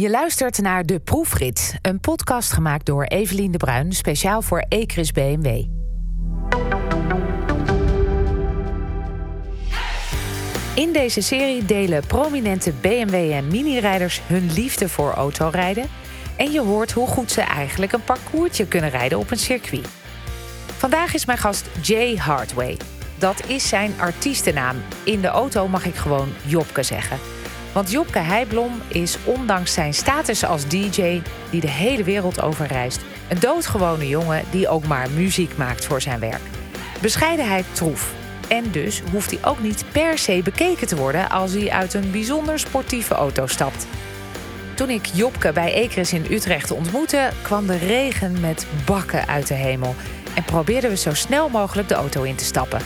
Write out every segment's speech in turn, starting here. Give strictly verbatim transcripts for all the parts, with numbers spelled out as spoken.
Je luistert naar De Proefrit, een podcast gemaakt door Evelien de Bruin, speciaal voor Ecris B M W. In deze serie delen prominente B M W en minirijders hun liefde voor autorijden. En je hoort hoe goed ze eigenlijk een parcoursje kunnen rijden op een circuit. Vandaag is mijn gast Jay Hardway. Dat is zijn artiestennaam. In de auto mag ik gewoon Jobke zeggen. Want Jobke Heijblom is ondanks zijn status als D J die de hele wereld overreist, een doodgewone jongen die ook maar muziek maakt voor zijn werk. Bescheidenheid troef. En dus hoeft hij ook niet per se bekeken te worden als hij uit een bijzonder sportieve auto stapt. Toen ik Jobke bij Ecris in Utrecht ontmoette, kwam de regen met bakken uit de hemel en probeerden we zo snel mogelijk de auto in te stappen.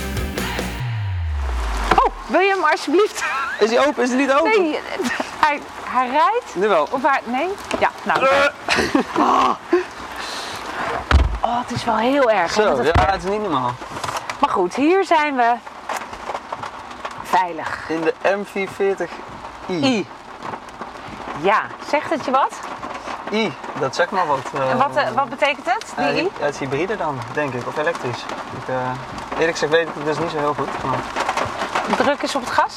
Oh, wil je hem alsjeblieft? Is hij open? Is hij niet open? Nee, hij, hij rijdt. Nu wel. Of hij, nee? Ja, nou. Uh. Oh. oh, het is wel heel erg. Zo, het ja, het is niet normaal. Maar goed, hier zijn we veilig. In de M vierhonderdveertig i. I. Ja, zegt het je wat? I, dat zegt maar wat. Uh, en wat, uh, wat betekent het, die uh, I? Ja, het is hybride dan, denk ik, of elektrisch. Ik, uh, eerlijk gezegd weet ik het dus niet zo heel goed. Maar... Druk is op het gas?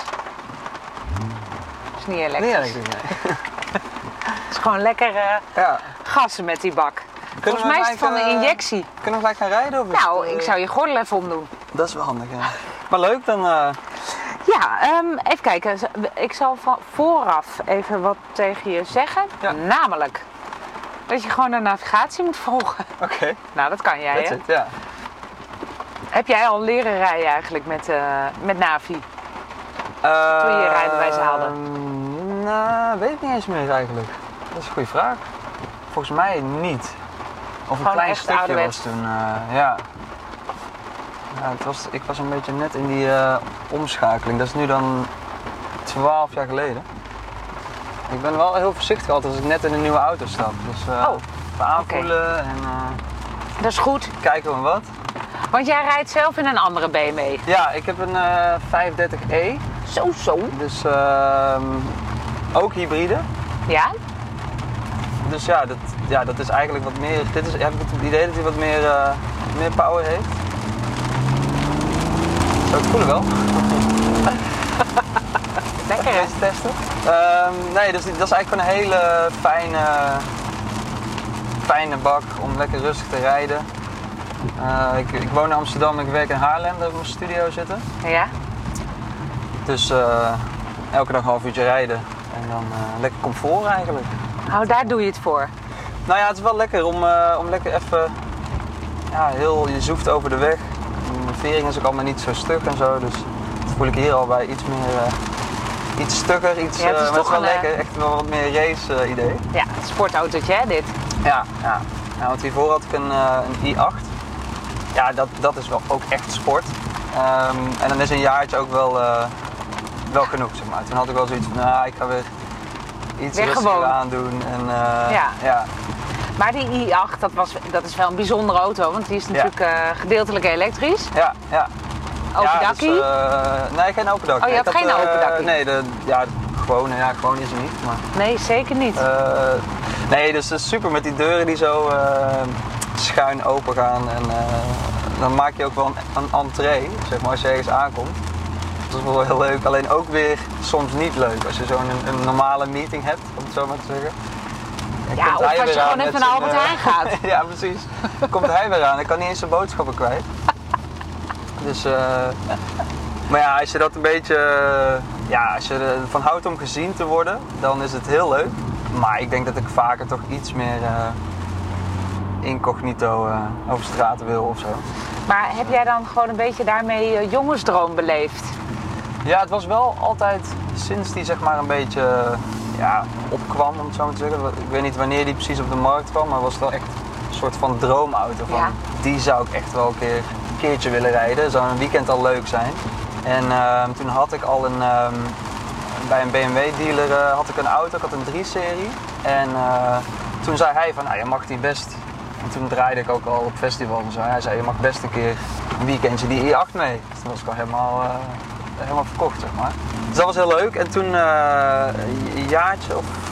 Is niet elektrisch. Niet elektrisch, nee. Het is gewoon lekker uh, ja. gassen met die bak. Volgens mij is het van een injectie. Kunnen we gelijk gaan rijden? Of nou, het, uh... ik zou je gordel even omdoen. Dat is wel handig, ja. Maar leuk, dan... Uh... Ja, um, even kijken. Ik zal van vooraf even wat tegen je zeggen. Ja. Namelijk, dat je gewoon de navigatie moet volgen. Oké. Okay. Nou, dat kan jij, That's hè? it, ja. Heb jij al leren rijden eigenlijk met, uh, met Navi? Uh, Toen je je rijbewijs haalde? Nou, weet ik niet eens meer eigenlijk. Dat is een goede vraag. Volgens mij niet. Of Gewoon een klein stukje ouderwets. was toen, uh, ja. ja het was, ik was een beetje net in die uh, omschakeling. Dat is nu dan twaalf jaar geleden. Ik ben wel heel voorzichtig altijd als ik net in een nieuwe auto stap. Dus uh, oh, even aanvoelen okay. en... Uh, dat is goed. Kijken we wat. Want jij rijdt zelf in een andere B M W. Ja, ik heb een uh, vijfhonderddertig e. Zo, zo. Dus uh, ook hybride. Ja? Dus ja dat, ja, dat is eigenlijk wat meer... Dit is, heb ik het idee dat hij wat meer, uh, meer power heeft. Zo, het voelen wel. Lekker, hè? Even testen. Uh, nee, dus dat is eigenlijk gewoon een hele fijne, fijne bak om lekker rustig te rijden. Uh, ik, ik woon in Amsterdam, ik werk in Haarlem, daar heb ik mijn studio zitten. Ja. Dus uh, elke dag een half uurtje rijden en dan uh, lekker comfort eigenlijk. Oh, daar doe je het voor? Nou ja, het is wel lekker om, uh, om lekker even, ja, heel, je zoeft over de weg. De vering is ook allemaal niet zo stug en zo, dus dat voel ik hier al bij iets meer, uh, iets stugger, iets, ja, het is uh, toch maar het is wel een, lekker, echt wel wat meer race uh, idee. Ja, een sportautootje hè, dit? Ja, ja. Nou, want hiervoor had ik een, uh, een i acht. Ja, dat, dat is wel ook echt sport. Um, en dan is een jaartje ook wel, uh, wel genoeg, zeg maar. Toen had ik wel zoiets van, nou, ik ga weer iets weer rustiger gewoon aandoen. En, uh, ja. ja. Maar die i acht, dat, was, dat is wel een bijzondere auto, want die is natuurlijk ja. uh, gedeeltelijk elektrisch. Ja, ja. Open dakkie? Ja, dus, uh, nee, geen open dak. Oh, je hebt geen had, open dakkie? Uh, nee, de, ja, gewoon, ja, gewoon is er niet. Maar, nee, zeker niet. Uh, nee, dus het is super met die deuren die zo uh, schuin open gaan. En uh, dan maak je ook wel een, een entree, zeg maar, als je ergens aankomt. Dat is wel heel leuk, alleen ook weer soms niet leuk. Als je zo'n een, een normale meeting hebt, om het zo maar te zeggen. Ja, of als je gewoon even naar Albert Heijn gaat. Ja, precies. Dan komt hij weer aan, ik kan niet eens zijn boodschappen kwijt. Dus, uh, maar ja, als je dat een beetje, uh, ja, als je ervan houdt om gezien te worden, dan is het heel leuk. Maar ik denk dat ik vaker toch iets meer uh, incognito uh, over straat wil of zo. Maar heb jij dan gewoon een beetje daarmee uh, jongensdroom beleefd? Ja, het was wel altijd, sinds die zeg maar een beetje uh, ja, opkwam, om het zo maar te zeggen. Ik weet niet wanneer die precies op de markt kwam, maar was het wel echt een soort van droomauto. Van, ja. Die zou ik echt wel een keer een keertje willen rijden. Zou een weekend al leuk zijn. En uh, toen had ik al een, uh, bij een B M W dealer uh, had ik een auto, ik had een drie serie. En uh, toen zei hij van, nou je mag die best. En toen draaide ik ook al op festivals en zo. Hij zei, je mag best een keer een weekendje die i acht mee. Dus toen was ik al helemaal, uh, helemaal verkocht, zeg maar. Dus dat was heel leuk. En toen uh, een jaartje of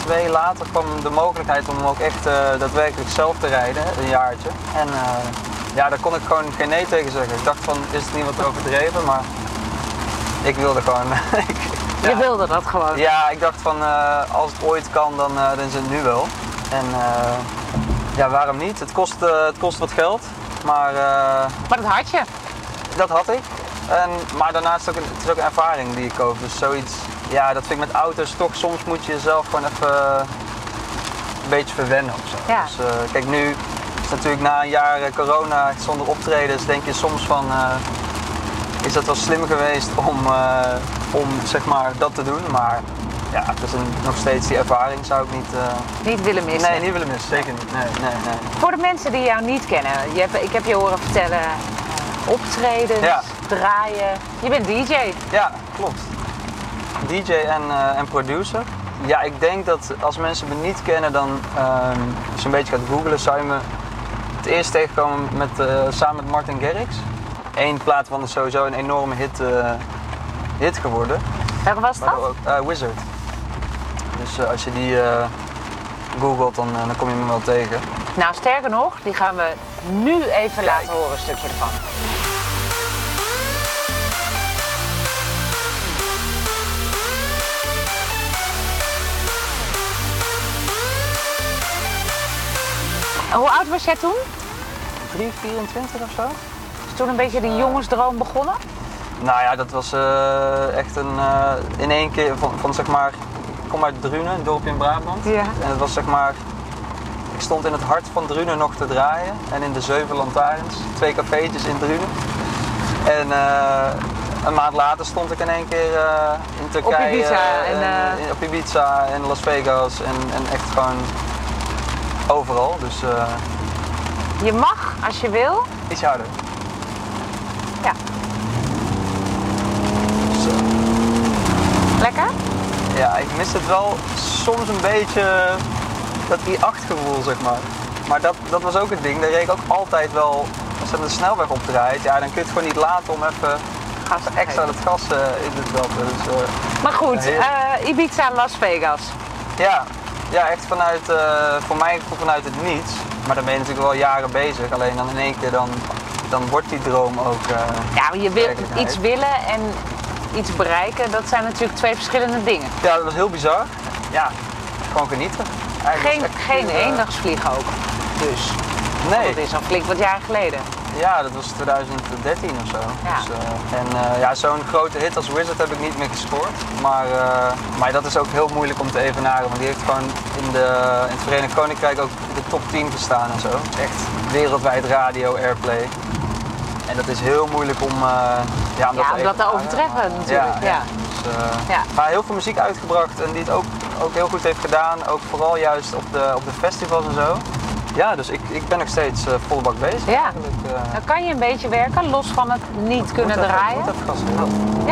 twee later kwam de mogelijkheid om hem ook echt uh, daadwerkelijk zelf te rijden, een jaartje. En uh, ja, daar kon ik gewoon geen nee tegen zeggen. Ik dacht van, is het niet wat overdreven, maar ik wilde gewoon... ja. Je wilde dat gewoon? Ja, ik dacht van, uh, als het ooit kan, dan, uh, dan is het nu wel. En uh, ja, waarom niet? Het kost, uh, het kost wat geld, maar... Uh, maar dat had je? Dat had ik. En, maar daarnaast ook een, het is ook een ervaring die ik koop. Dus zoiets, ja, dat vind ik met auto's toch. Soms moet je jezelf gewoon even uh, een beetje verwennen of zo. Ja. Dus uh, kijk, nu is natuurlijk na een jaar uh, corona zonder optredens, denk je soms van, uh, is dat wel slim geweest om, uh, om zeg maar dat te doen. Maar ja, het is een, nog steeds die ervaring zou ik niet... Uh, niet willen missen? Nee, niet willen missen. Zeker niet. Nee, nee, nee. Voor de mensen die jou niet kennen, je hebt, ik heb je horen vertellen... optredens, ja. draaien. Je bent D J. Ja, klopt. D J en, uh, en producer. Ja, ik denk dat als mensen me niet kennen, dan um, als je een beetje gaat googlen, zou je me het eerst tegenkomen met, uh, samen met Martin Garrix. Eén plaat van is sowieso een enorme hit, uh, hit geworden. Welke was dat? Ook, uh, Wizard. Dus uh, als je die uh, googelt, dan, uh, dan kom je me wel tegen. Nou, sterker nog, die gaan we nu even Kijk. laten horen, een stukje ervan. Hoe oud was jij toen? drie, vierentwintig of zo. Is toen een beetje die jongensdroom begonnen? Nou ja, dat was uh, echt een, uh, in één keer van, van zeg maar, ik kom uit Drunen, een dorpje in Brabant. Ja. En het was zeg maar, ik stond in het hart van Drunen nog te draaien en in de Zeven Lantaarns, twee cafeetjes in Drunen. En uh, een maand later stond ik in één keer uh, in Turkije, op Ibiza, en, en, uh... op Ibiza en Las Vegas en, en echt gewoon overal. Dus, uh, je mag, als je wil. Iets harder. Ja. Zo. Lekker? Ja, ik mis het wel soms een beetje, dat I acht gevoel zeg maar. Maar dat, dat was ook het ding, daar reed ik ook altijd wel, als je de snelweg opdraait, ja, dan kun je het gewoon niet laten om even gas extra het gas uh, in te trappen. Dus, uh, maar goed, uh, Ibiza en Las Vegas. Ja, ja echt vanuit, uh, voor mij vanuit het niets. Maar dan ben je natuurlijk wel jaren bezig, alleen dan in één keer dan, dan wordt die droom ook uh, ja, maar je wil iets willen en iets bereiken, dat zijn natuurlijk twee verschillende dingen. Ja, dat was heel bizar. Ja, gewoon genieten. Geen, geen uh, eendagsvliegen ook, dus. Nee. Dat is al flink wat jaar geleden. Ja, dat was twintig dertien of zo. Ja. Dus, uh, en uh, ja, zo'n grote hit als Wizard heb ik niet meer gescoord. Maar, uh, maar dat is ook heel moeilijk om te evenaren, want die heeft gewoon in, de, in het Verenigd Koninkrijk ook de top tien gestaan en zo. Echt wereldwijd radio, airplay. En dat is heel moeilijk om, uh, ja, om dat, ja, te, om dat te overtreffen maar, natuurlijk. Ja, ja. ja. Dus, uh, ja. Maar heel veel muziek uitgebracht en die het ook, ook heel goed heeft gedaan. Ook vooral juist op de, op de festivals en zo. Ja, dus ik, ik ben nog steeds uh, volle bak bezig. Ja. Uh, Dan kan je een beetje werken, los van het niet kunnen moet draaien. Moet even gas geven. Ja.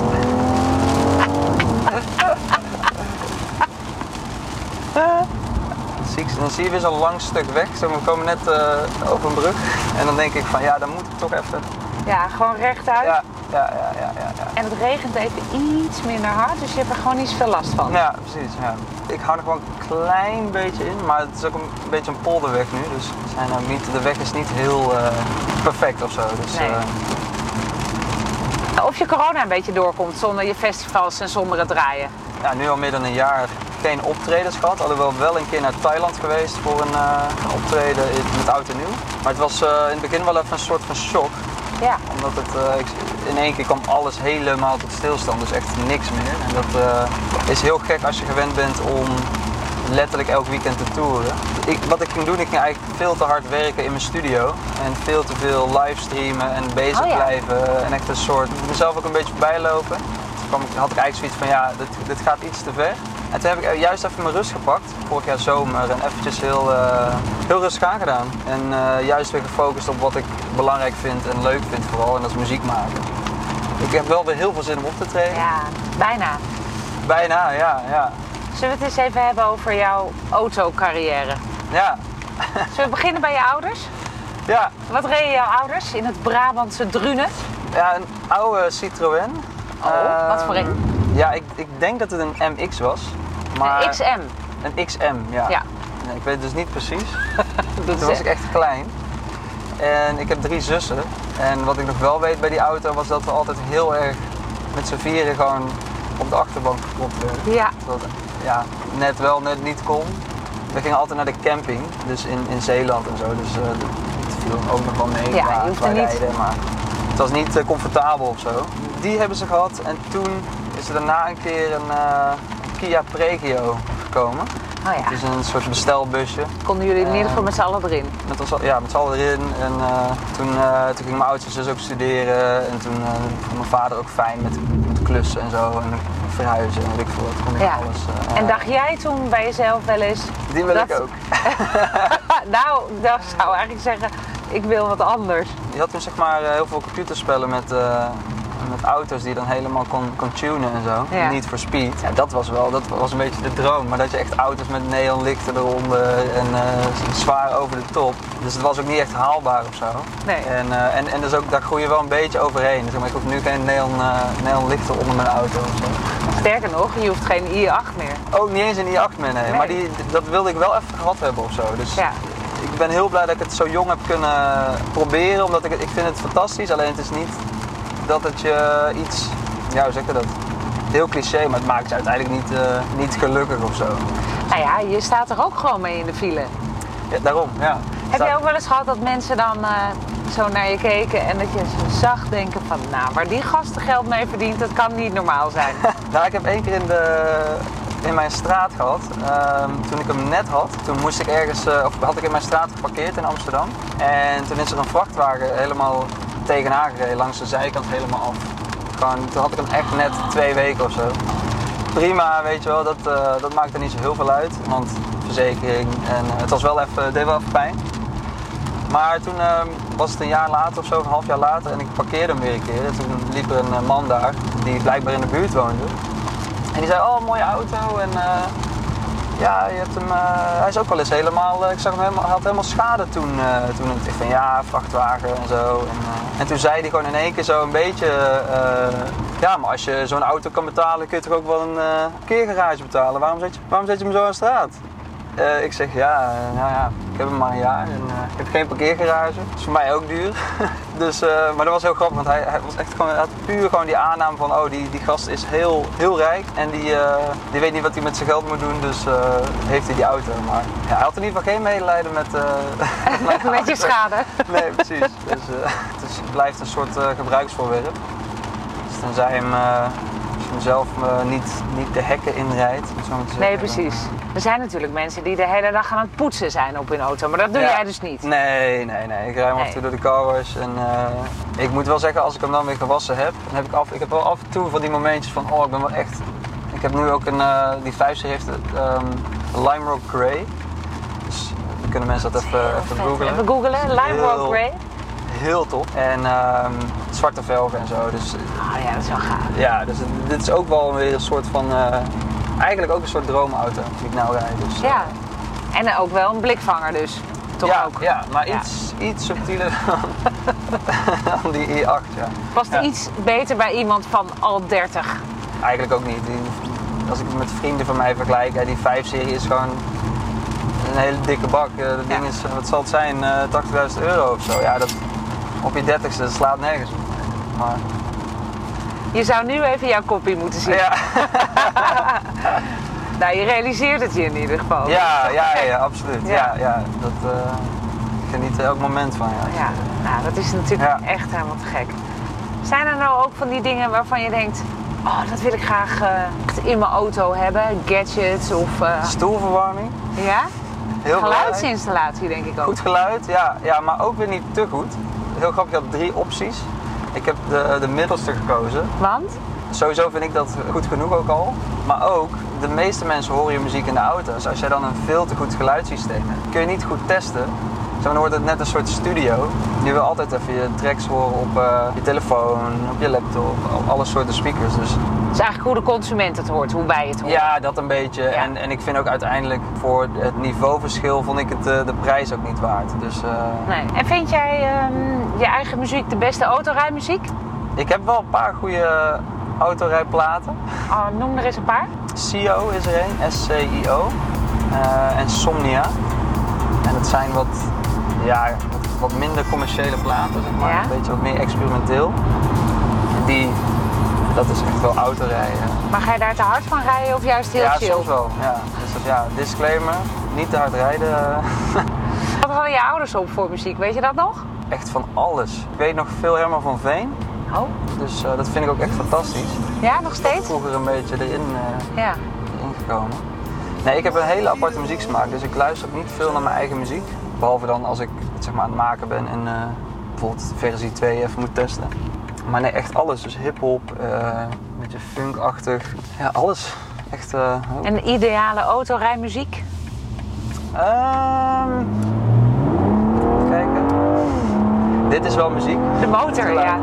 Dan zie je weer zo'n lang stuk weg. Zo, we komen net uh, over een brug. En dan denk ik van ja, dan moet ik toch even... Ja, gewoon rechtuit. Ja, ja, ja, ja, ja, ja. En het regent even iets minder hard, dus je hebt er gewoon niet zoveel last van. Ja, precies. Ja. Ik hou er gewoon een klein beetje in, maar het is ook een, een beetje een polderweg nu. Dus zijn ook niet, de weg is niet heel uh, perfect of zo. Dus, nee. uh... Of je corona een beetje doorkomt zonder je festivals en zonder het draaien. Ja, nu al meer dan een jaar geen optredens gehad. Alhoewel wel een keer naar Thailand geweest voor een, uh, een optreden met Oud en Nieuw. Maar het was uh, in het begin wel even een soort van shock. Ja. Omdat het, uh, ik, in één keer kwam alles helemaal tot stilstand, dus echt niks meer. En dat uh, is heel gek als je gewend bent om letterlijk elk weekend te toeren. Ik, wat ik ging doen, ik ging eigenlijk veel te hard werken in mijn studio. En veel te veel livestreamen en bezig oh, ja. blijven. En echt een soort, mezelf ook een beetje voorbij lopen. Toen had ik eigenlijk zoiets van, ja, dit, dit gaat iets te ver. En toen heb ik juist even mijn rust gepakt, vorig jaar zomer, en eventjes heel, uh, heel rustig aangedaan. En uh, juist weer gefocust op wat ik belangrijk vind en leuk vind vooral, en dat is muziek maken. Ik heb wel weer heel veel zin om op te treden. Ja, bijna. Bijna, ja, ja. Zullen we het eens even hebben over jouw autocarrière? Ja. Zullen we beginnen bij je ouders? Ja. Wat reden jouw ouders in het Brabantse Drunen? Ja, een oude Citroën. Oh, uh, wat voor een? Ja, ik, ik denk dat het een M X was. Maar... Een X M? Een X M, ja. Ja. Nee, ik weet het dus niet precies. Dat Toen was ik echt klein. En ik heb drie zussen. En wat ik nog wel weet bij die auto was dat we altijd heel erg met z'n vieren gewoon op de achterbank geklopt werden. Ja. Dat ja, net wel, net niet kon. We gingen altijd naar de camping, dus in, in Zeeland en zo. Dus uh, het viel ook nog wel mee Ja, qua, je hoeft qua er niet- rijden. Maar het was niet uh, comfortabel of zo. Die hebben ze gehad en toen is er daarna een keer een uh, Kia Pregio gekomen. Oh ja. Het is een soort bestelbusje. Konden jullie in ieder geval Uh, met z'n allen erin? Met ons, al- ja, met z'n allen erin. En uh, toen, uh, toen ging mijn oudste zus ook studeren. En toen uh, vond mijn vader ook fijn met, met klussen en zo. En verhuizen en weet ik veel wat. Kon ik Ja. alles. Uh, En dacht jij toen bij jezelf wel eens... Die wil dat- ik ook. nou, dat zou eigenlijk zeggen, ik wil wat anders. Je had toen zeg maar uh, heel veel computerspellen met, uh, met auto's die je dan helemaal kon, kon tunen en zo. Ja. Niet voor speed. Ja, dat was wel, dat was een beetje de droom. Maar dat je echt auto's met neonlichten eronder en uh, zwaar over de top. Dus het was ook niet echt haalbaar of zo. Nee. En, uh, en, en dus ook, daar groei je wel een beetje overheen. Zeg maar, ik hoef nu geen neon, uh, neonlichten onder mijn auto of zo. Sterker nog, je hoeft geen I acht meer. Ook niet eens een i acht meer, nee. Nee. Maar die, dat wilde ik wel even gehad hebben of zo. Dus Ja. ik ben heel blij dat ik het zo jong heb kunnen proberen. Omdat ik, ik vind het fantastisch. Alleen het is niet dat het je iets, ja hoe zeg je dat? Heel cliché, maar het maakt je uiteindelijk niet, uh, niet gelukkig of zo. Nou ja, je staat er ook gewoon mee in de file. Ja, daarom, ja. Heb je ook wel eens gehad dat mensen dan uh, zo naar je keken en dat je ze zag denken van, nou, waar die gasten geld mee verdient, dat kan niet normaal zijn. Nou, ik heb één keer in, de, in mijn straat gehad, uh, toen ik hem net had, toen moest ik ergens, uh, of had ik in mijn straat geparkeerd in Amsterdam. En toen is er een vrachtwagen helemaal tegenaan gereden, langs de zijkant helemaal af. Gewoon, toen had ik hem echt net twee weken of zo. Prima, weet je wel, dat, uh, dat maakte niet zo heel veel uit, want verzekering en uh, het was wel even, het deed wel even pijn. Maar toen uh, was het een jaar later of zo, een half jaar later, en ik parkeerde hem weer een keer. En toen liep er een uh, man daar, die blijkbaar in de buurt woonde. En die zei, oh, mooie auto. En uh, ja, je hebt hem, uh, hij is ook wel eens helemaal, uh, ik zag hem helemaal, hij had helemaal schade toen. Uh, toen ik dacht van ja, vrachtwagen en zo. En, uh, en toen zei hij gewoon in één keer zo een beetje, uh, ja, maar als je zo'n auto kan betalen, kun je toch ook wel een uh, parkeergarage betalen. Waarom zet je, waarom zet je hem zo aan straat? Uh, ik zeg ja, uh, nou ja, ik heb hem maar een jaar en uh, ik heb geen parkeergarage. Dat is voor mij ook duur. dus, uh, maar dat was heel grappig, want hij, hij was echt gewoon, hij had puur gewoon die aanname van oh, die, die gast is heel, heel rijk en die, uh, die weet niet wat hij met zijn geld moet doen, dus uh, heeft hij die auto. Maar ja, hij had in ieder geval geen medelijden met, uh, met je schade. Nee, precies. Dus, uh, dus het blijft een soort uh, gebruiksvoorwerp. Dus tenzij hem... Uh, zelf uh, niet, niet de hekken inrijdt. Zo maar te Nee, zeggen. precies. Er zijn natuurlijk mensen die de hele dag aan het poetsen zijn op hun auto, maar dat doe Ja. jij dus niet. Nee, nee, nee. Ik rij hem af en toe door de carwash. En uh, ik moet wel zeggen, als ik hem dan weer gewassen heb, dan heb ik af, ik heb wel af en toe van die momentjes van, oh, ik ben wel echt... Ik heb nu ook een, uh, die vijftig heeft um, Lime Rock Grey. Dus dan kunnen mensen dat even, even googlen. Even googlen, Lime Rock Heel- Grey. Heel top. En um, zwarte velgen en zo. Dus Oh ja, dat is wel gaaf. ja, dus het- dit is ook wel weer een soort van, uh, eigenlijk ook een soort droomauto die ik nou rijd. Dus, uh, Ja. En ook wel een blikvanger dus. Toch ja, ook. ja, maar Ja. iets, iets subtieler dan, dan die i acht, ja. Past Ja. iets beter bij iemand van al dertig. Eigenlijk ook niet. Die, als ik het met vrienden van mij vergelijk, hè, die vijf serie is gewoon een hele dikke bak. Uh, dat Ja. ding is, wat zal het zijn, uh, tachtigduizend euro of zo. Ja, dat, op je dertigste, dat slaat nergens op. Maar, Je zou nu even jouw kopie moeten zien. ja, Nou, je realiseert het je in ieder geval. ja, ja, ja, absoluut. Ja. Ja. Ja, dat uh, ik geniet er elk moment van. Ja. Ja, nou, dat is natuurlijk Ja. echt helemaal te gek. Zijn er nou ook van die dingen waarvan je denkt, oh, dat wil ik graag uh, echt in mijn auto hebben? Gadgets of... Uh, Stoelverwarming, ja? heel belangrijk. Geluidsinstallatie denk ik ook. Goed geluid, ja, ja, maar ook weer niet te goed. Heel grappig, je had drie opties. Ik heb de, de middelste gekozen. Want? Sowieso vind ik dat goed genoeg ook al. Maar ook, de meeste mensen horen je muziek in de auto. Dus als jij dan een veel te goed geluidssysteem hebt, kun je niet goed testen. Zo, dan wordt het net een soort studio. Je wil altijd even je tracks horen op uh, je telefoon, op je laptop, op alle soorten speakers. Dus Het is eigenlijk hoe de consument het hoort, hoe wij het horen. ja, dat een beetje. Ja. En, en ik vind ook uiteindelijk voor het niveauverschil vond ik het uh, de prijs ook niet waard. Dus uh, Nee. En vind jij um, je eigen muziek de beste autorijmuziek? ik heb wel een paar goede autorijplaten. Oh, noem er eens een paar. C I O is er een, S C I O. uh, en Somnia. En dat zijn wat, ja, wat, wat minder commerciële platen, zeg maar. Ja? Een beetje wat meer experimenteel. En die, dat is echt wel autorijden. Maar ga je daar te hard van rijden of juist heel ja, chill? Ja, soms wel. Ja. Dus dat, ja, disclaimer, niet te hard rijden. Wat hadden je ouders op voor muziek, weet je dat nog? Echt van alles. Ik weet nog veel Herman van Veen. Oh. Dus uh, dat vind ik ook echt fantastisch. Ja, nog steeds? Vroeger een beetje erin, uh, ja. erin gekomen. Nee, ik heb een hele aparte muzieksmaak, dus ik luister ook niet veel naar mijn eigen muziek. Behalve dan als ik het zeg maar aan het maken ben en uh, bijvoorbeeld versie twee even moet testen. Maar nee, echt alles. Dus hip-hop, uh, een beetje funkachtig. Ja, alles. Echt. Uh, oh. En de ideale autorijmuziek? Um, even kijken. Dit is wel muziek. De motor, ja.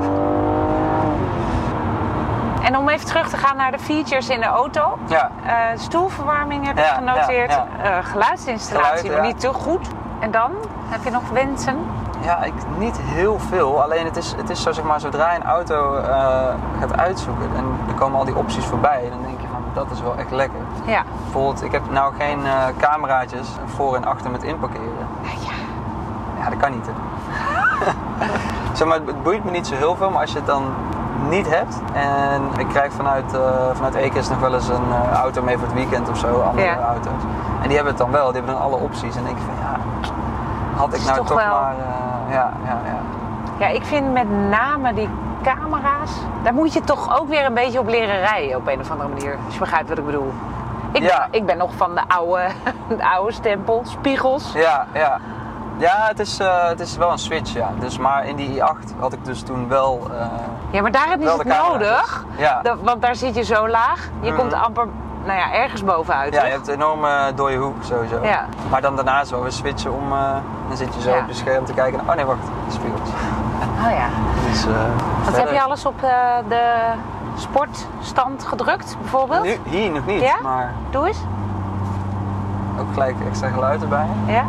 En om even terug te gaan naar de features in de auto. Ja. Uh, stoelverwarming heb ik ja, genoteerd. Ja, ja. Uh, geluidsinstallatie, Geluid, maar ja. niet te goed. En dan? Heb je nog wensen? Ja, ik, niet heel veel. Alleen het is, het is zo, zeg maar, zodra je een auto uh, gaat uitzoeken en er komen al die opties voorbij, dan denk je van, dat is wel echt lekker. Ja. Bijvoorbeeld, ik heb nou geen uh, cameraatjes voor en achter met inparkeren. Ja. Ja, dat kan niet. Hè. Zeg maar, het boeit me niet zo heel veel, maar als je het dan niet hebt en ik krijg vanuit, uh, vanuit Ekes nog wel eens een uh, auto mee voor het weekend of zo, andere ja. auto's. En die hebben het dan wel, die hebben dan alle opties en dan denk je van, ja, had ik nou toch, toch wel... maar, uh, ja, ja, ja. Ja, ik vind met name die camera's, daar moet je toch ook weer een beetje op leren rijden op een of andere manier. Als je begrijpt wat ik bedoel. Ik, ja. ben, ik ben nog van de oude, de oude stempel, spiegels. Ja, ja. Ja, het is, uh, het is wel een switch, ja. Dus, maar in die i acht had ik dus toen wel... Uh, ja, maar daar heb je het nodig. Ja. Dat, want daar zit je zo laag. Je mm. komt amper, nou ja, ergens bovenuit. Ja, toch? je hebt een enorme dode hoek sowieso. Ja. Maar dan daarna zo weer switchen om... Uh, dan zit je zo ja. op je scherm te kijken. Oh nee, wacht. De spiegels. Oh ja. Dus, uh, wat heb je alles op uh, de sportstand gedrukt, bijvoorbeeld? Nu, hier nog niet, ja? maar... Doe eens. Ook gelijk extra geluid erbij. Ja?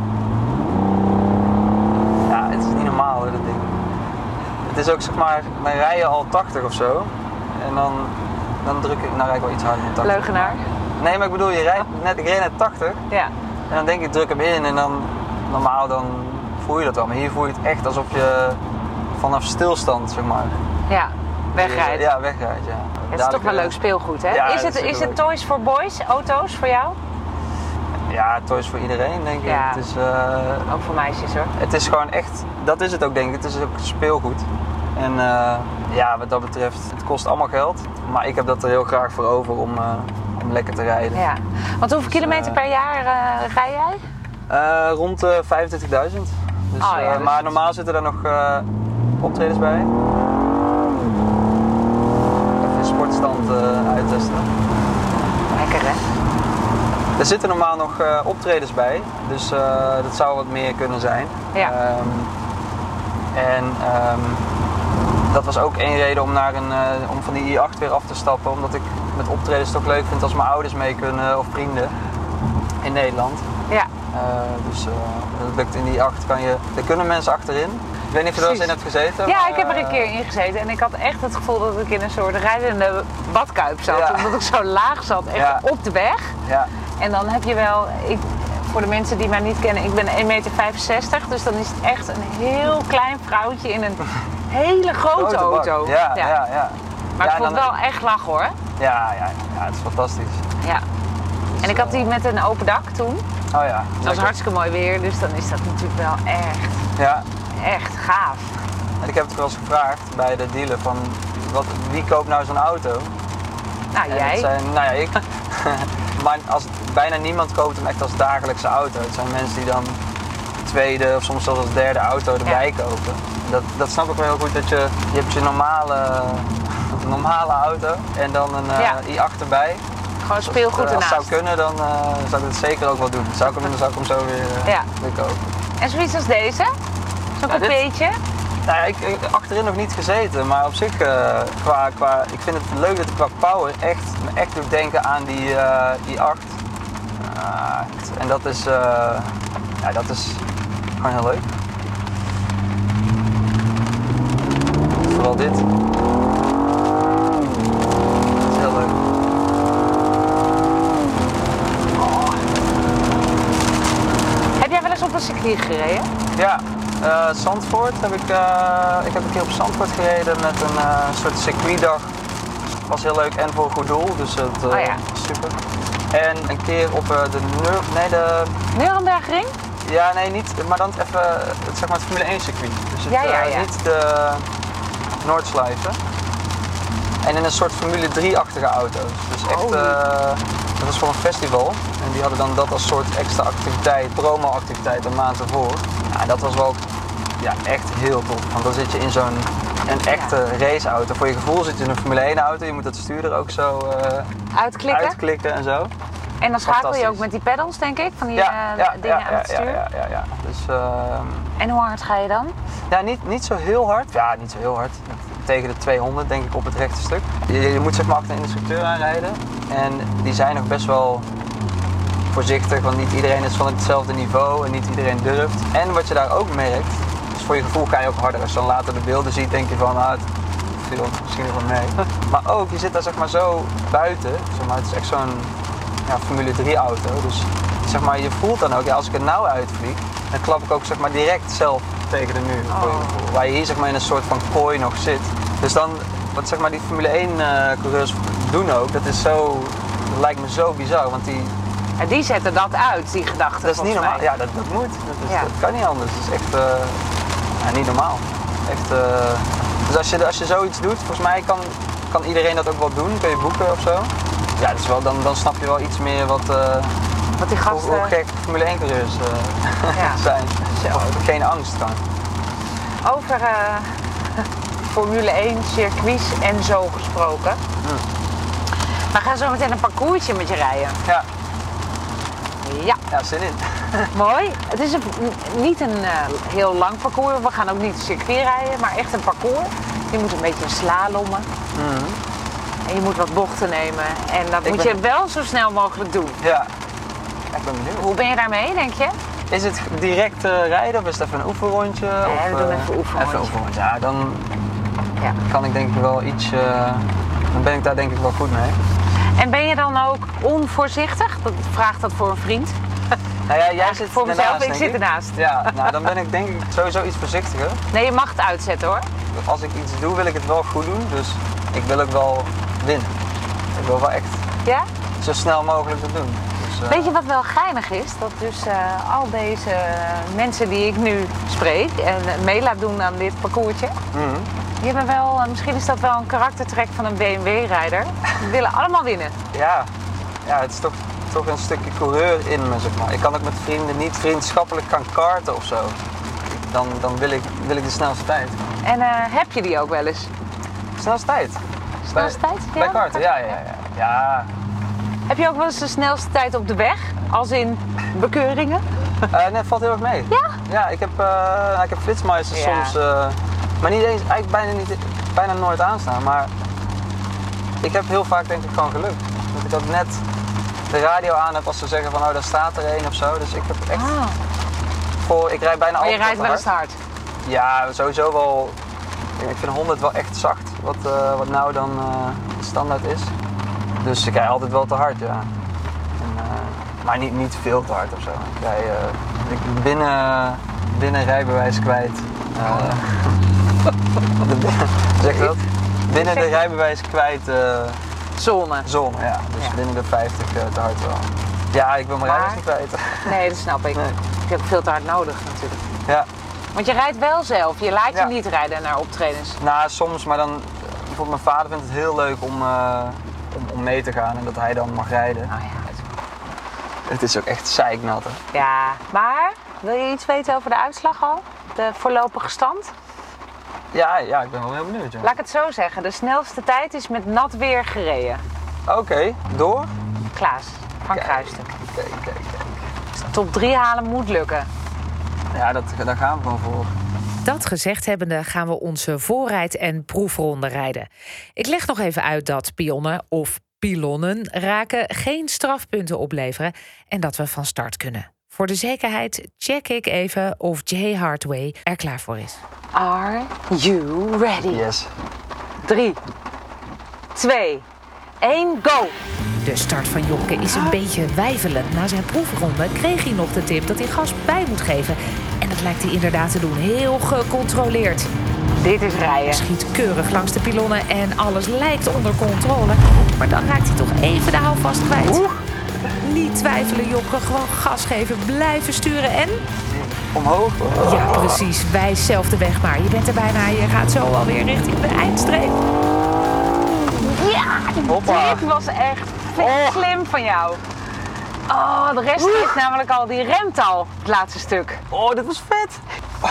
Ja, het is niet normaal hoor, dat ding. Het is ook zeg maar, dan rij je al tachtig of zo. En dan, dan druk ik, nou rijd ik wel iets harder dan tachtig. Leugenaar. Nee, maar ik bedoel, je rijdt net, ik reed net tachtig. Ja. En dan denk ik, druk hem in en dan, normaal dan voel je dat wel. Maar hier voel je het echt alsof je vanaf stilstand, zeg maar. Ja, wegrijdt. Ja, wegrijdt, ja. Het is toch wel leuk speelgoed, hè? Ja, is het, is het Toys for Boys, auto's voor jou? Ja, toys voor iedereen, denk ik. Ja, het is, uh, ook voor meisjes, hoor. Het is gewoon echt, dat is het ook, denk ik. Het is ook speelgoed. En uh, ja, wat dat betreft, het kost allemaal geld. Maar ik heb dat er heel graag voor over om, uh, om lekker te rijden. Ja. Want hoeveel dus, kilometer uh, per jaar uh, rij jij? Uh, rond uh, vijfentwintigduizend. Dus, oh, ja, uh, dus maar normaal zitten er nog uh, optredens bij. Even de sportstand uh, uittesten. Lekker, hè? Er zitten normaal nog uh, optredens bij, dus uh, dat zou wat meer kunnen zijn. Ja. Um, en um, dat was ook één reden om, naar een, uh, om van die i acht weer af te stappen, omdat ik met optredens toch leuk vind als mijn ouders mee kunnen of vrienden in Nederland. Ja. Uh, dus uh, dat lukt in die i acht, kan je, er kunnen mensen achterin. Ik weet niet of je er eens in hebt gezeten. Ja, maar, ik heb er een keer in gezeten en ik had echt het gevoel dat ik in een soort rijdende badkuip zat. Ja. Omdat ik zo laag zat, echt ja. op de weg. Ja. En dan heb je wel, ik, voor de mensen die mij niet kennen, ik ben één komma vijfenzestig meter. Dus dan is het echt een heel klein vrouwtje in een hele grote, grote auto. Ja, ja, ja, ja. Maar ja, ik vond het wel echt lachen, hoor. Ja, ja, ja, het is fantastisch. Ja. Dus, en ik had die met een open dak toen. Oh ja. Het was hartstikke mooi weer, dus dan is dat natuurlijk wel echt, ja. echt gaaf. En ik heb het wel eens gevraagd bij de dealer van, wat, wie koopt nou zo'n auto? Nou, en jij. Het zijn, nou ja, ik. Maar als, bijna niemand koopt hem echt als dagelijkse auto. Het zijn mensen die dan tweede of soms zelfs als derde auto erbij ja. kopen. Dat, dat snap ik wel heel goed, dat je, je hebt je normale, normale auto en dan een uh, ja. i acht erbij. Gewoon speelgoed ernaast. Als het zou kunnen, dan uh, zou ik het zeker ook wel doen. Dan zou ik hem, dan zou ik hem zo weer, uh, ja. weer kopen. En zoiets als deze? Zo'n ja, coupeetje? Nou ja, ik heb achterin nog niet gezeten, maar op zich, uh, qua, qua, ik vind het leuk dat het qua power echt, me echt doet denken aan die uh, i acht. Uh, en dat is, uh, ja, dat is gewoon heel leuk. Vooral dit. Dat is heel leuk. Oh. een circuit gereden? Ja, uh, Zandvoort heb ik, uh, ik heb een keer op Zandvoort gereden met een uh, soort circuitdag. Was heel leuk en voor een goed doel, dus het uh, oh ja. super. En een keer op uh, de Neur... Nee, de... Nurembergring? Ja, nee, niet, maar dan even het, zeg maar het Formule één circuit. Dus het, ja, ja, ja. Uh, niet de Noordslijven. En in een soort Formule drie-achtige auto's. Dus echt, oh. uh, dat was voor een festival. En die hadden dan dat als soort extra activiteit, promo-activiteit een maand ervoor. Ja, dat was wel ja, echt heel tof. Want dan zit je in zo'n een echte ja. raceauto. Voor je gevoel zit je in een Formule één auto. Je moet het stuur er ook zo uh, uitklikken. uitklikken en zo. En dan schakel je ook met die pedals, denk ik, van die ja, uh, ja, dingen ja, aan het stuur. Ja, ja, ja, ja. Dus, uh, en hoe hard ga je dan? Ja, niet, niet zo heel hard. Ja, niet zo heel hard. Tegen de tweehonderd denk ik op het rechte stuk. Je, je moet zeg maar achter een instructeur aanrijden. En die zijn nog best wel voorzichtig, want niet iedereen is van hetzelfde niveau en niet iedereen durft. En wat je daar ook merkt, dus voor je gevoel ga je ook harder. Als je dan later de beelden ziet, denk je van, ah, het viel misschien nog wel mee. Maar ook, je zit daar zeg maar zo buiten. Zeg maar, het is echt zo'n ja, Formule drie auto. Dus zeg maar, je voelt dan ook, ja, als ik er nou uitvlieg, dan klap ik ook zeg maar direct zelf tegen de muur. Oh. Waar je hier zeg maar in een soort van kooi nog zit. Dus dan, wat zeg maar die Formule één uh, coureurs doen ook, dat is zo, dat lijkt me zo bizar. Want die, ja, die zetten dat uit, die gedachten. Dat is niet normaal. Mij. Ja, dat, dat moet. Dat, is, ja. dat kan niet anders. Dat is echt uh, ja, niet normaal. Echt, uh, dus als je, als je zoiets doet, volgens mij kan, kan iedereen dat ook wel doen. Kun je boeken of zo. Ja, dat is wel, dan, dan snap je wel iets meer wat, uh, wat die gasten... hoe, hoe gek Formule één coureurs uh, ja. zijn. Of geen angst kan. Over uh, Formule één circuits en zo gesproken. Hmm. We gaan zo meteen een parcoursje met je rijden. Ja. Ja. Ja, zin in. Mooi. Het is een, niet een uh, heel lang parcours. We gaan ook niet een circuit rijden, maar echt een parcours. Je moet een beetje slalommen. Mm-hmm. En je moet wat bochten nemen. En dat ik moet ben... je wel zo snel mogelijk doen. Ja. Ik ben benieuwd. Hoe ben je daarmee, denk je? Is het direct uh, rijden of is het even een oefenrondje? Ja, of, we doen even een oefenrondje. Even een oefenrondje. Ja, dan ja. kan ik denk ik wel iets... Uh, dan ben ik daar denk ik wel goed mee. En ben je dan ook onvoorzichtig? Dat vraagt dat voor een vriend. Nou ja, jij zit voor ernaast, mezelf, ik zit ernaast. Ja, nou dan ben ik denk ik sowieso iets voorzichtiger. Nee, je mag het uitzetten hoor. Als ik iets doe, wil ik het wel goed doen. Dus ik wil ook wel winnen. Ik wil wel echt ja? zo snel mogelijk dat doen. Dus, uh... Weet je wat wel geinig is? Dat dus uh, al deze mensen die ik nu spreek en mee laat doen aan dit parcoursje. Mm-hmm. Die hebben wel, misschien is dat wel een karaktertrek van een B M W-rijder. Die willen allemaal winnen. Ja, ja het is toch, toch een stukje coureur in me, zeg maar. Ik kan ook met vrienden niet vriendschappelijk gaan karten of zo. Dan, dan wil, ik, wil ik de snelste tijd. En uh, heb je die ook wel eens? Snelste tijd? Snelste tijd? Ja, bij karten, ja, ja, ja, ja. Heb je ook wel eens de snelste tijd op de weg? Als in bekeuringen? Uh, nee, het valt heel erg mee. Ja? Ja, ik heb, uh, ik heb flitsmeisters ja. soms... Uh, Maar niet eens, eigenlijk bijna, niet, bijna nooit aanstaan, maar ik heb heel vaak denk ik gewoon geluk. Dat ik ook net de radio aan heb als ze zeggen van oh daar staat er een of zo. Dus ik heb echt ah. voor, ik rijd bijna altijd Maar je rijdt wel eens hard? Ja, sowieso wel. Ik vind honderd wel echt zacht, wat, uh, wat nou dan uh, standaard is. Dus ik rijd altijd wel te hard, ja. En, uh, maar niet, niet veel te hard of zo. Ik rij uh, ik binnen, binnen rijbewijs kwijt. Uh, De, zeg je dat? Binnen de rijbewijs kwijt uh, zone. Zone, ja. Dus ja. binnen de vijftig uh, te hard wel. Ja, ik wil mijn rijbewijs niet kwijt. Nee, dat snap ik. Nee. Je hebt veel te hard nodig natuurlijk. Ja. Want je rijdt wel zelf, je laat je ja. niet rijden naar optredens. Nou, soms, maar dan bijvoorbeeld mijn vader vindt het heel leuk om, uh, om, om mee te gaan en dat hij dan mag rijden. Oh, ja. Het is ook echt zeiknat, hè? Ja, maar wil je iets weten over de uitslag al? De voorlopige stand? Ja, ja, ik ben wel heel benieuwd. Ja. Laat ik het zo zeggen, de snelste tijd is met nat weer gereden. Oké, okay. Door? Klaas van kijk, Kruisten. Kijk, kijk, kijk. Top drie halen moet lukken. Ja, dat, daar gaan we gewoon voor. Dat gezegd hebbende gaan we onze voorrijd- en proefronde rijden. Ik leg nog even uit dat pionnen of pilonnen raken geen strafpunten opleveren en dat we van start kunnen. Voor de zekerheid check ik even of Jay Hardway er klaar voor is. Are you ready? Yes. Drie, twee, één, go! De start van Jopke is een beetje weifelend. Na zijn proefronde kreeg hij nog de tip dat hij gas bij moet geven. En dat lijkt hij inderdaad te doen. Heel gecontroleerd. Dit is rijden. Hij schiet keurig langs de pilonnen en alles lijkt onder controle. Maar dan raakt hij toch even de houvast kwijt. Oeh. Niet twijfelen, Jopke. Gewoon gas geven, blijven sturen en... Omhoog? Ja, precies. Wijs zelf de weg maar. Je bent er bijna. Je gaat zo alweer richting de eindstreep. Ja, Hoppa. dit was echt oh. slim van jou. Oh, de rest is namelijk al, die remt al, het laatste stuk. Oh, dit was vet.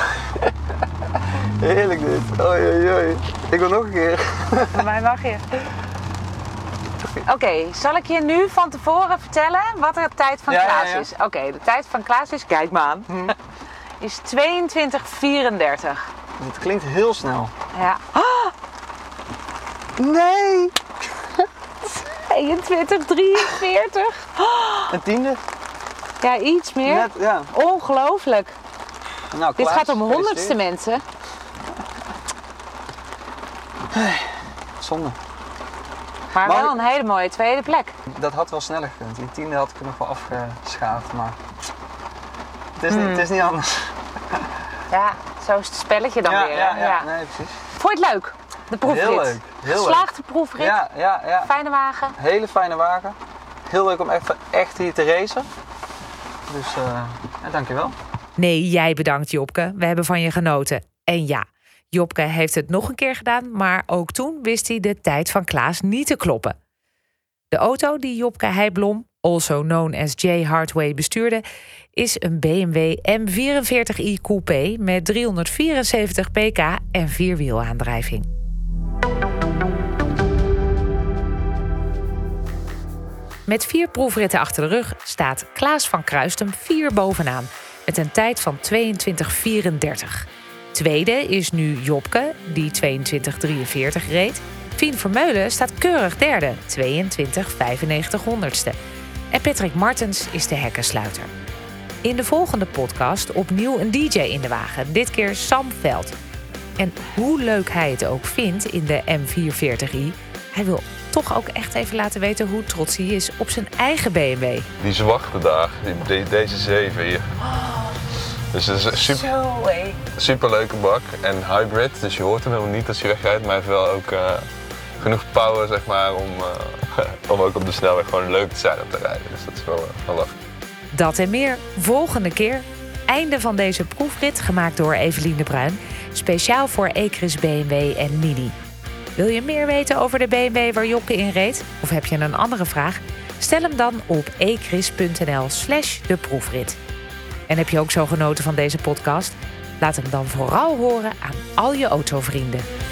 Heerlijk dit. Oei, oei, oei. Ik wil nog een keer. Bij mij mag je. Oké, okay, zal ik je nu van tevoren vertellen wat de tijd van ja, Klaas ja, ja. is? Oké, okay, de tijd van Klaas is, kijk maar aan, hm. is tweeëntwintig vierendertig. Dit klinkt heel snel. Ja. Oh! Nee! tweeëntwintig drieënveertig. Oh. Een tiende? Ja, iets meer. Net, ja. Ongelooflijk. Nou, dit gaat om honderdste mensen. Hey, zonde. Maar Mag wel ik... een hele mooie tweede plek. Dat had wel sneller gekund. Die tiende had ik er nog wel afgeschaafd, maar het is, hmm. niet, het is niet anders. Ja, zo is het spelletje dan ja, weer. Ja, ja, ja, nee, precies. Vond je het leuk? De proefrit? Heel leuk. Heel Geslaagde proefrit? Ja, ja, ja. Fijne wagen? Hele fijne wagen. Heel leuk om echt, echt hier te racen. Dus uh, ja, dankjewel. Nee, jij bedankt Jopke. We hebben van je genoten. En ja, Jopke heeft het nog een keer gedaan, maar ook toen wist hij de tijd van Klaas niet te kloppen. De auto die Jopke Heijblom, also known as Jay Hardway, bestuurde, is een B M W M vierenveertig i Coupé met driehonderdvierenzeventig pk en vierwielaandrijving. Met vier proefritten achter de rug staat Klaas van Kruistum vier bovenaan, met een tijd van tweeëntwintig vierendertig. Tweede is nu Jopke, die tweeëntwintig drieënveertig reed. Fien Vermeulen staat keurig derde, tweeëntwintig vijfennegentig honderdste. En Patrick Martens is de hekkensluiter. In de volgende podcast opnieuw een D J in de wagen, dit keer Sam Veld. En hoe leuk hij het ook vindt in de M vierhonderdveertig i, hij wil toch ook echt even laten weten hoe trots hij is op zijn eigen B M W. Die zwarte daar, die, deze zeven hier. Oh, dus het is een super, zo, hé. super leuke bak en hybrid, dus je hoort hem helemaal niet als hij wegrijdt, maar hij heeft wel ook uh, genoeg power zeg maar, om, uh, om ook op de snelweg gewoon leuk te zijn om te rijden. Dus dat is wel, uh, wel lachen. Dat en meer volgende keer. Einde van deze proefrit gemaakt door Evelien de Bruin. Speciaal voor Ecris B M W en Mini. Wil je meer weten over de B M W waar Jopke in reed? Of heb je een andere vraag? Stel hem dan op ecris.nl slash de proefrit. En heb je ook zo genoten van deze podcast? Laat hem dan vooral horen aan al je autovrienden.